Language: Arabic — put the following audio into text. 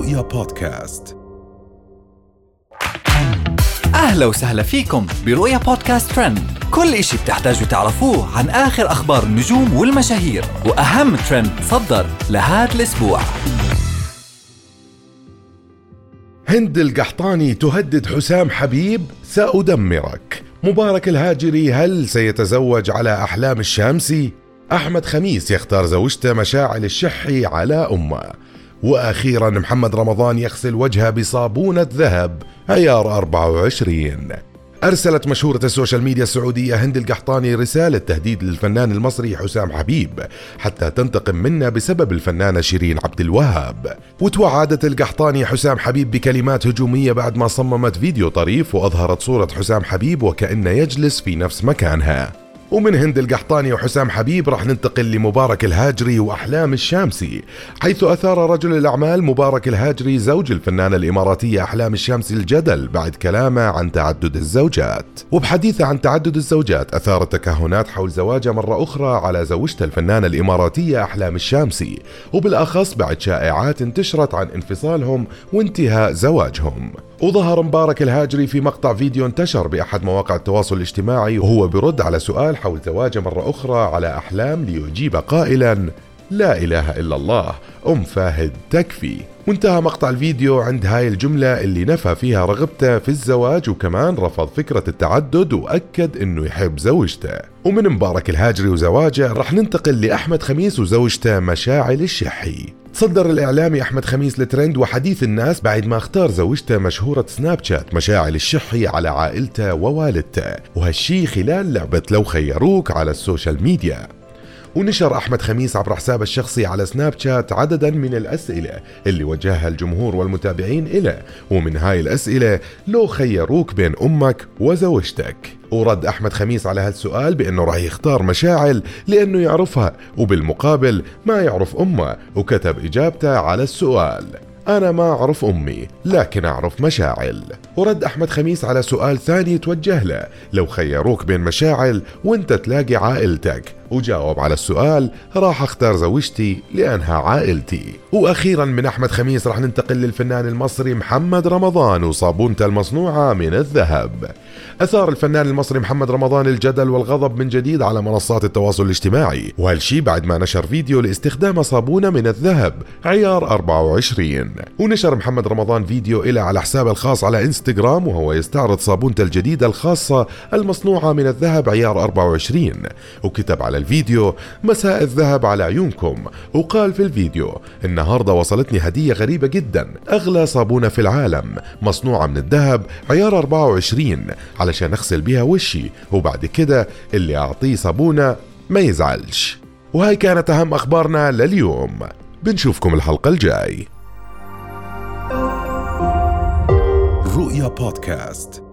رؤيا بودكاست. أهلا وسهلا فيكم برؤيا بودكاست ترند، كل إشي بتحتاجوا تعرفوه عن آخر أخبار النجوم والمشاهير وأهم ترند صدر لهذا الأسبوع. هند القحطاني تهدد حسام حبيب: سأدمرك. مبارك الهاجري: هل سيتزوج على أحلام الشامسي؟ أحمد خميس يختار زوجته مشاعل الشحي على أمه. وأخيرا محمد رمضان يغسل وجهه بصابونة ذهب عيار 24. أرسلت مشهورة السوشيال ميديا السعودية هند القحطاني رسالة تهديد للفنان المصري حسام حبيب حتى تنتقم منه بسبب الفنانة شيرين عبد الوهاب. وتوعدت القحطاني حسام حبيب بكلمات هجومية بعد ما صممت فيديو طريف وأظهرت صورة حسام حبيب وكأنه يجلس في نفس مكانها. ومن هند القحطاني وحسام حبيب راح ننتقل لمبارك الهاجري وأحلام الشامسي، حيث أثار رجل الأعمال مبارك الهاجري زوج الفنانة الإماراتية أحلام الشامسي الجدل بعد كلامه عن تعدد الزوجات. وبحديثه عن تعدد الزوجات أثار التكهنات حول زواجه مرة أخرى على زوجته الفنانة الإماراتية أحلام الشامسي، وبالأخص بعد شائعات انتشرت عن انفصالهم وانتهاء زواجهم. وظهر مبارك الهاجري في مقطع فيديو انتشر بأحد مواقع التواصل الاجتماعي وهو برد على سؤال حول زواجه مرة أخرى على أحلام، ليجيب قائلا: لا إله إلا الله، فاهد تكفي. وانتهى مقطع الفيديو عند هاي الجملة اللي نفى فيها رغبته في الزواج، وكمان رفض فكرة التعدد وأكد إنه يحب زوجته. ومن مبارك الهاجري وزواجه رح ننتقل لأحمد خميس وزوجته مشاعل الشحي. صدر الإعلامي أحمد خميس الترند وحديث الناس بعد ما اختار زوجته مشهورة سناب شات مشاعل الشحي على عائلته ووالدته، وهالشي خلال لعبة لو خيروك على السوشيال ميديا. ونشر أحمد خميس عبر حسابه الشخصي على سناب شات عددا من الأسئلة اللي وجهها الجمهور والمتابعين إله، ومن هاي الأسئلة: لو خيروك بين أمك وزوجتك. ورد أحمد خميس على هالسؤال بأنه راح يختار مشاعل لأنه يعرفها، وبالمقابل ما يعرف أمه، وكتب إجابته على السؤال: أنا ما أعرف أمي لكن أعرف مشاعل. ورد أحمد خميس على سؤال ثاني توجه له: لو خيروك بين مشاعل وانت تلاقي عائلتك، وجاوب على السؤال: راح اختار زوجتي لأنها عائلتي. وأخيرا من أحمد خميس راح ننتقل للفنان المصري محمد رمضان وصابونته المصنوعة من الذهب. أثار الفنان المصري محمد رمضان الجدل والغضب من جديد على منصات التواصل الاجتماعي، وهالشي بعد ما نشر فيديو لاستخدام صابونة من الذهب عيار 24. ونشر محمد رمضان فيديو إلى على حسابه الخاص على انستغرام وهو يستعرض صابونته الجديدة الخاصة المصنوعة من الذهب عيار 24، وكتب على الفيديو: مساء الذهب على عيونكم. وقال في الفيديو: النهاردة وصلتني هدية غريبة جدا، أغلى صابونة في العالم مصنوعة من الذهب عيار 24 علشان أغسل بيها وشي، وبعد كده اللي أعطيه صابونة ما يزعلش. وهاي كانت أهم أخبارنا لليوم، بنشوفكم الحلقة الجاي. رؤيا بودكاست.